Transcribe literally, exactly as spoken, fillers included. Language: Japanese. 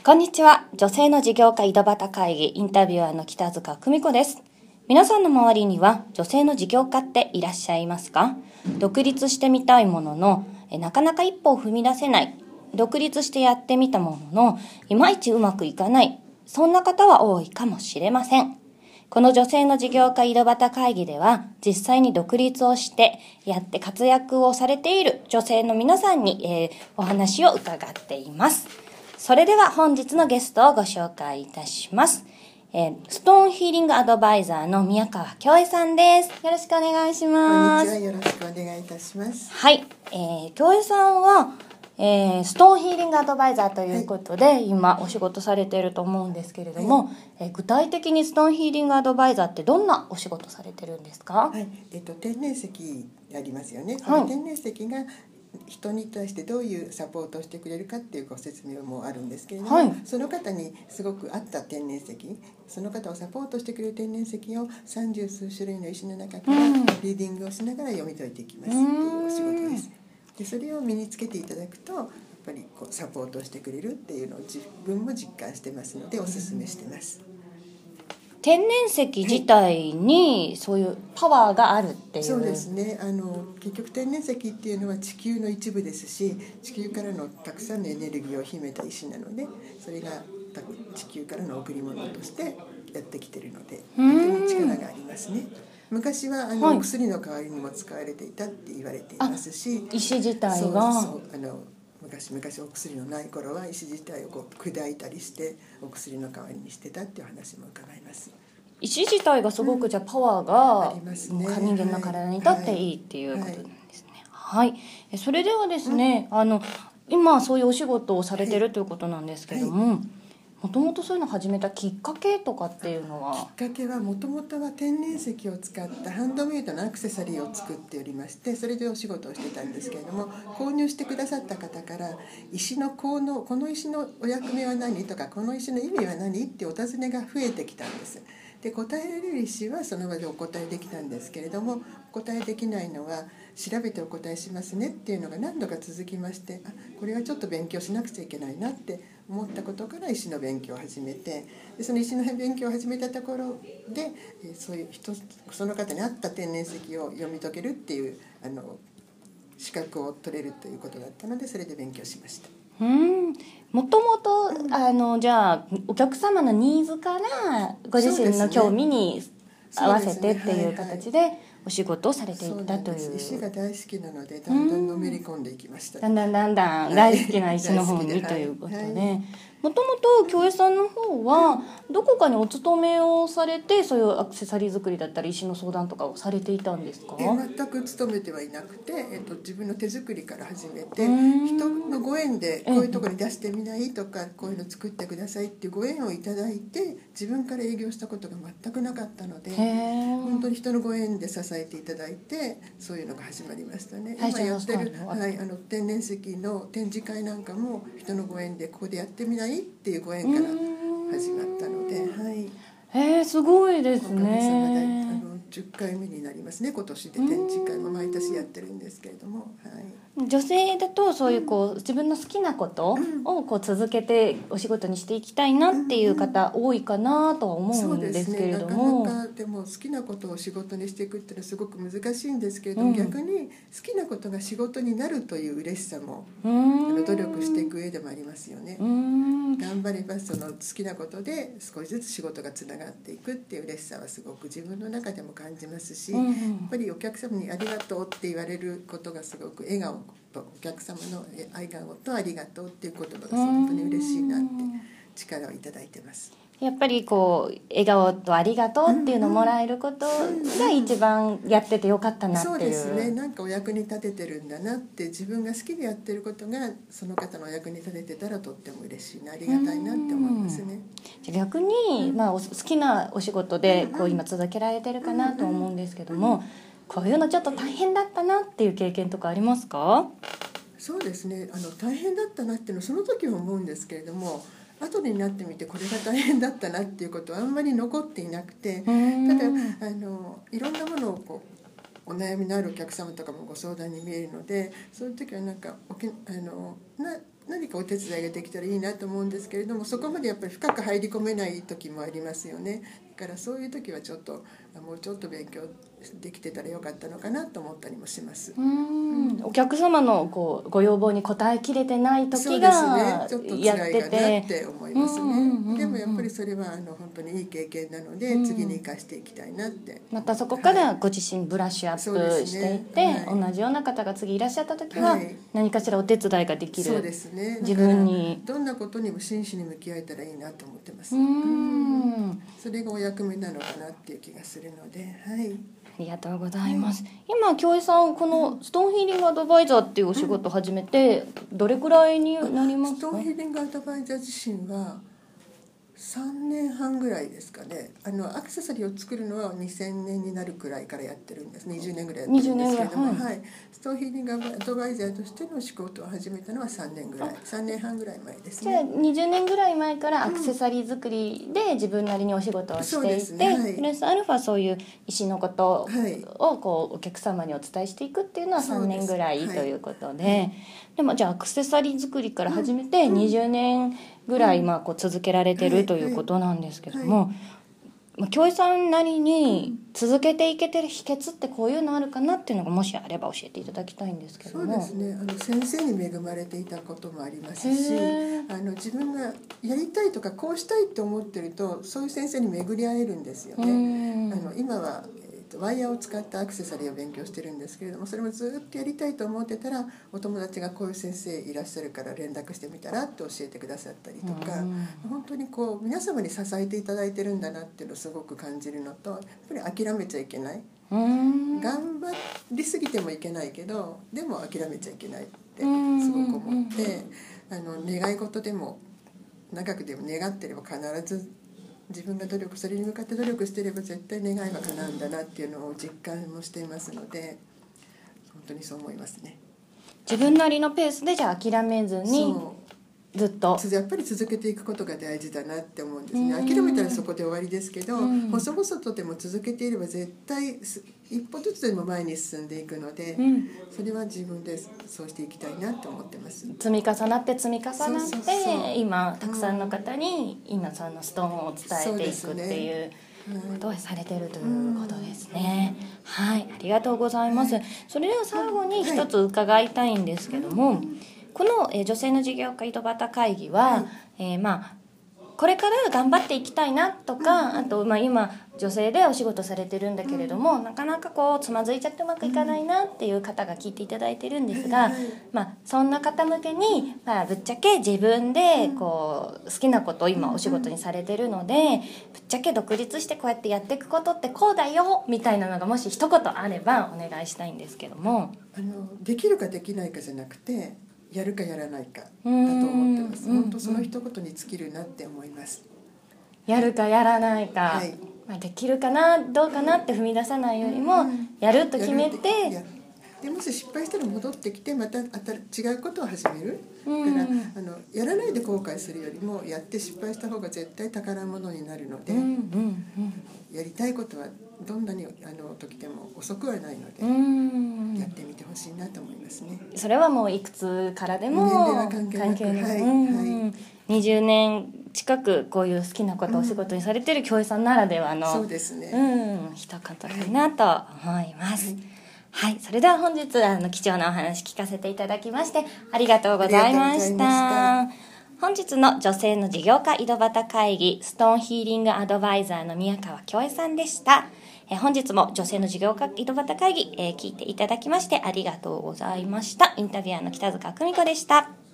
こんにちは。女性の事業家井戸端会議インタビュアーの北塚久美子です。皆さんの周りには女性の事業家っていらっしゃいますか？独立してみたいもののえなかなか一歩を踏み出せない、独立してやってみたもののいまいちうまくいかない、そんな方は多いかもしれません。この女性の事業家井戸端会議では実際に独立をしてやって活躍をされている女性の皆さんに、えー、お話を伺っています。それでは本日のゲストをご紹介いたします。えー、ストーンヒーリングアドバイザーの宮川京恵さんです。よろしくお願いします。 こんにちは。よろしくお願いいたします。 はい、えー、京恵さんは、えー、ストーンヒーリングアドバイザーということで、はい、今お仕事されていると思うんですけれども、はい、えー、具体的にストーンヒーリングアドバイザーってどんなお仕事されてるんですか？ はい、えっと、天然石ありますよね。この天然石が人に対してどういうサポートをしてくれるかっていうご説明もあるんですけれども、はい、その方にすごく合った天然石、その方をサポートしてくれる天然石を三十数種類の石の中からリーディングをしながら読み解いていきますっていうお仕事です。でそれを身につけていただくとやっぱりこうサポートしてくれるっていうのを自分も実感してますのでお勧めしてます。 天然石自体にそういうパワーがあるっていう、 そうですね。あの結局天然石っていうのは地球の一部ですし、地球からのたくさんのエネルギーを秘めた石なので、それが地球からの贈り物としてやってきているので本当に力がありますね。昔はあの、はい、お薬の代わりにも使われていたって言われていますし、 石自体がそうそうあの昔昔お薬のない頃は石自体をこう砕いたりしてお薬の代わりにしてたっていう話も伺います。 石自体がすごくじゃあパワーが、 うん、ありますね。 人間の体にとっていいっていうことなんですね。はい、はい、それではですね、うん、あの今そういうお仕事をされてるということなんですけども、はいはい、もともとそういうのを始めたきっかけとかっていうのは？ きっかけはもともとは天然石を使ったハンドメイドのアクセサリーを作っておりまして、それでお仕事をしてたんですけれども、購入してくださった方から石の効能、この石のお役目は何とかこの石の意味は何ってお尋ねが増えてきたんです。で答えられる石はその場でお答えできたんですけれども、お答えできないのは調べてお答えしますねっていうのが何度か続きまして、あこれはちょっと勉強しなくちゃいけないなって思ったことから石の勉強を始めて、でその石の勉強を始めたところでそういう人その方に合った天然石を読み解けるっていうあの資格を取れるということだったので、それで勉強しました。 うん、もともとあのじゃあお客様のニーズからご自身の興味に合わせてっていう形でお仕事をされていったという。 そうです。石が大好きなのでだんだんのめり込んでいきました。 だんだんだんだん大好きな石の方にということで、もともと京恵さんの方はどこかにお勤めをされてそういうアクセサリー作りだったり石の相談とかをされていたんですか？ 全く勤めてはいなくて、えっと、自分の手作りから始めて、人のご縁でこういうところに出してみないとか、こういうの作ってくださいっていうご縁をいただいて、自分から営業したことが全くなかったので、本当に人のご縁で支えていただいてそういうのが始まりましたね。今やってる、はい、あの天然石の展示会なんかも人のご縁でここでやってみないっていうご縁から始まったので、はい、 えー、すごいですね。 おかげさまであのじゅっかいめになりますね。今年で展示会も毎年やってるんですけれども、はい、 女性だとそういうこう自分の好きなことをこう続けてお仕事にしていきたいなっていう方多いかなとは思うんですけれども、 そうですね、なかなかでも好きなことを仕事にしていくっていうのはすごく難しいんですけれども、うん、逆に好きなことが仕事になるという嬉しさもあの努力していく上でもありますよね。頑張ればその好きなことで少しずつ仕事がつながっていくっていう嬉しさはすごく自分の中でも感じますし、うん、やっぱりお客様にありがとうって言われることがすごく笑顔とお客様の笑顔とありがとうっていう言葉が本当に嬉しいなって力をいただいてます。 やっぱりこう笑顔とありがとうっていうのをもらえることが一番やっててよかったなっていう、 そうですね、なんかお役に立ててるんだなって、自分が好きでやってることがその方のお役に立ててたらとっても嬉しいな、ありがたいなって思いますね。 じゃ逆に、まあ、好きなお仕事でこう今続けられてるかなと思うんですけども、こういうのちょっと大変だったなっていう経験とかありますか？ そうですね、あの大変だったなっていうのはその時は思うんですけれども、後になってみてこれが大変だったなっていうことはあんまり残っていなくて、ただあのいろんなものをこうお悩みのあるお客様とかもご相談に見えるので、そういう時はなんかおけあのな何かお手伝いができたらいいなと思うんですけれども、そこまでやっぱり深く入り込めない時もありますよね。だからそういう時はちょっともうちょっと勉強できてたらよかったのかなと思ったりもします。 うーん、お客様のこうご要望に応えきれてない時がやってて、 そうですね、ちょっと辛いかなって思いますね。でもやっぱりそれはあの本当にいい経験なので、うん、次に生かしていきたいなって。 またそこからご自身ブラッシュアップしていって、はいね、はい、同じような方が次いらっしゃった時は何かしらお手伝いができる、 そうですね、 自分にどんなことにも真摯に向き合えたらいいなと思ってます。 うーん、 それがお役目なのかなっていう気がするので、はい、 ありがとうございます。はい、今京江さんこのストーンヒーリングアドバイザーっていうお仕事を始めてどれくらいになりますか？ ストーンヒーリングアドバイザー自身はさんねんはんぐらいですかね。あのアクセサリーを作るのはにせんねんになるくらいからやってるんです。にじゅうねんぐらいやってるんですけれども、はい、ストーンヒーリングアドバイザーとしての仕事を始めたのはさんねんぐらい、さんねんはんぐらい前ですね。 じゃあにじゅうねんぐらい前からアクセサリー作りで自分なりにお仕事をしていて、うん、ね、はい、プラスアルファそういう石のことをこうお客様にお伝えしていくっていうのはさんねんぐらいということで、はい、でもじゃあアクセサリー作りから始めてにじゅうねんぐらいまあこう続けられてるということなんですけども、京江さんなりに続けていけてる秘訣ってこういうのあるかなっていうのがもしあれば教えていただきたいんですけども。 そうですね、あの先生に恵まれていたこともありますし、あの自分がやりたいとかこうしたいと思ってるとそういう先生に巡り合えるんですよね。あの今はワイヤーを使ったアクセサリーを勉強してるんですけれども、それもずっとやりたいと思ってたらお友達がこういう先生いらっしゃるから連絡してみたらって教えてくださったりとか、本当にこう皆様に支えていただいてるんだなっていうのをすごく感じるのと、やっぱり諦めちゃいけない、頑張りすぎてもいけないけどでも諦めちゃいけないってすごく思って、あの願い事でも長くでも願ってれば必ず自分が努力、それに向かって努力していれば絶対願いは叶うんだなっていうのを実感もしていますので、本当にそう思いますね。 自分なりのペースでじゃあ諦めずにずっとやっぱり続けていくことが大事だなって思うんですね。諦めたらそこで終わりですけど、細々とでも続けていれば絶対一歩ずつでも前に進んでいくので、うん、それは自分でそうしていきたいなと思ってます。 積み重なって積み重なってそうそうそう、今たくさんの方に今そのストーンを伝えていくっていうことをされてるということですね。はい、ありがとうございます。はい、それでは最後に一つ伺いたいんですけども、はい、この、えー、女性の事業家井戸端会議は、はい、えー、まあこれから頑張っていきたいなとか、あと、まあ、今女性でお仕事されてるんだけれども、なかなかこうつまずいちゃってうまくいかないなっていう方が聞いていただいてるんですが、まあ、そんな方向けに、まあ、ぶっちゃけ自分でこう好きなことを今お仕事にされてるので、ぶっちゃけ独立してこうやってやっていくことってこうだよみたいなのがもし一言あればお願いしたいんですけども。 あのできるかできないかじゃなくてやるかやらないかだと思ってます。本当その一言に尽きるなって思います。 やるかやらないか、はい、まあ、できるかなどうかなって踏み出さないよりも、やると決めて、 でもし失敗したら戻ってきてまた違うことを始める。だからあのやらないで後悔するよりもやって失敗した方が絶対宝物になるので、うんうんうん、やりたいことはどんなにあの時でも遅くはないので、やってみてほしいなと思いますね。 それはもういくつからでも年齢は関係なく、はいはい、 にじゅうねん近くこういう好きなことをお仕事にされてる京江さんならではの、 そうですね、 うん、一言かなと思います。はい、はい、それでは本日あの貴重なお話聞かせていただきましてありがとうございました。本日の女性の事業家井戸端会議ストーンヒーリングアドバイザーの宮川京江さんでした。えー、本日も女性の事業家井戸端会議、えー、聞いていただきましてありがとうございました。インタビュアーの北塚久美子でした。